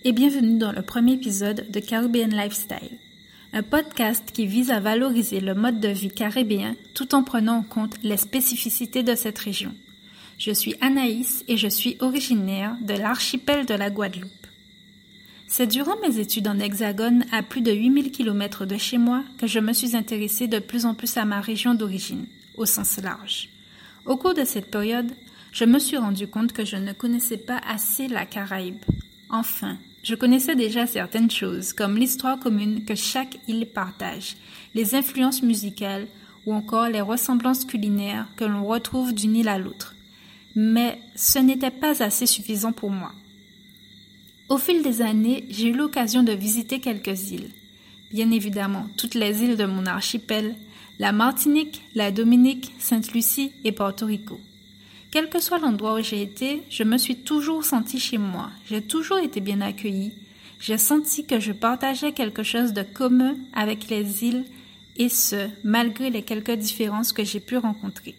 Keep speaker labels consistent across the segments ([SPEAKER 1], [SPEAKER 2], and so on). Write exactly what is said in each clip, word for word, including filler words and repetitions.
[SPEAKER 1] et bienvenue dans le premier épisode de Caribbean Lifestyle, un podcast qui vise à valoriser le mode de vie caribéen tout en prenant en compte les spécificités de cette région. Je suis Anaïs et je suis originaire de l'archipel de la Guadeloupe. C'est durant mes études en Hexagone, à plus de huit mille kilomètres de chez moi, que je me suis intéressée de plus en plus à ma région d'origine, au sens large. Au cours de cette période, je me suis rendu compte que je ne connaissais pas assez la Caraïbe. Enfin, je connaissais déjà certaines choses, comme l'histoire commune que chaque île partage, les influences musicales ou encore les ressemblances culinaires que l'on retrouve d'une île à l'autre. Mais ce n'était pas assez suffisant pour moi. Au fil des années, j'ai eu l'occasion de visiter quelques îles. Bien évidemment, toutes les îles de mon archipel, la Martinique, la Dominique, Sainte-Lucie et Porto Rico. Quel que soit l'endroit où j'ai été, je me suis toujours sentie chez moi. J'ai toujours été bien accueillie. J'ai senti que je partageais quelque chose de commun avec les îles, et ce, malgré les quelques différences que j'ai pu rencontrer.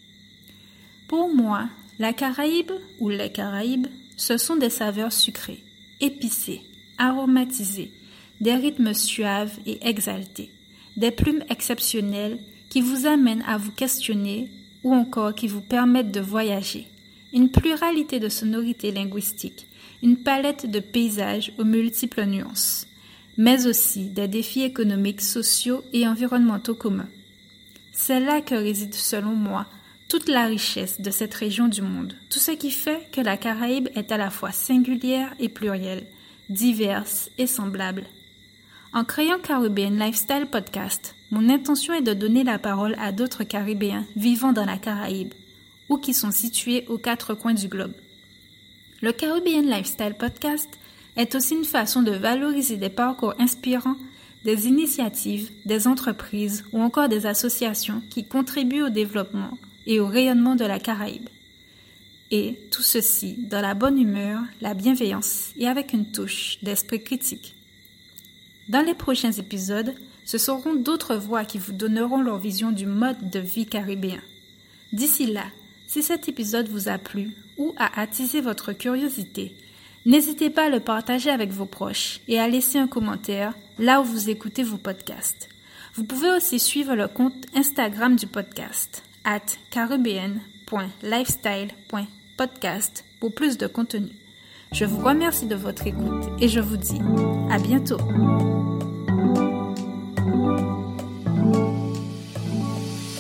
[SPEAKER 1] Pour moi, la Caraïbe ou les Caraïbes, ce sont des saveurs sucrées, épicées, aromatisées, des rythmes suaves et exaltés, des plumes exceptionnelles qui vous amènent à vous questionner ou encore qui vous permettent de voyager, une pluralité de sonorités linguistiques, une palette de paysages aux multiples nuances, mais aussi des défis économiques, sociaux et environnementaux communs. C'est là que réside, selon moi, toute la richesse de cette région du monde, tout ce qui fait que la Caraïbe est à la fois singulière et plurielle, diverse et semblable. En créant Caribbean Lifestyle Podcast, mon intention est de donner la parole à d'autres Caribéens vivant dans la Caraïbe ou qui sont situés aux quatre coins du globe. Le Caribbean Lifestyle Podcast est aussi une façon de valoriser des parcours inspirants, des initiatives, des entreprises ou encore des associations qui contribuent au développement et au rayonnement de la Caraïbe. Et tout ceci dans la bonne humeur, la bienveillance et avec une touche d'esprit critique. Dans les prochains épisodes, ce seront d'autres voix qui vous donneront leur vision du mode de vie caribéen. D'ici là, si cet épisode vous a plu ou a attisé votre curiosité, n'hésitez pas à le partager avec vos proches et à laisser un commentaire là où vous écoutez vos podcasts. Vous pouvez aussi suivre le compte Instagram du podcast, arobase caribbean point lifestyle point podcast pour plus de contenu. Je vous remercie de votre écoute et je vous dis à bientôt.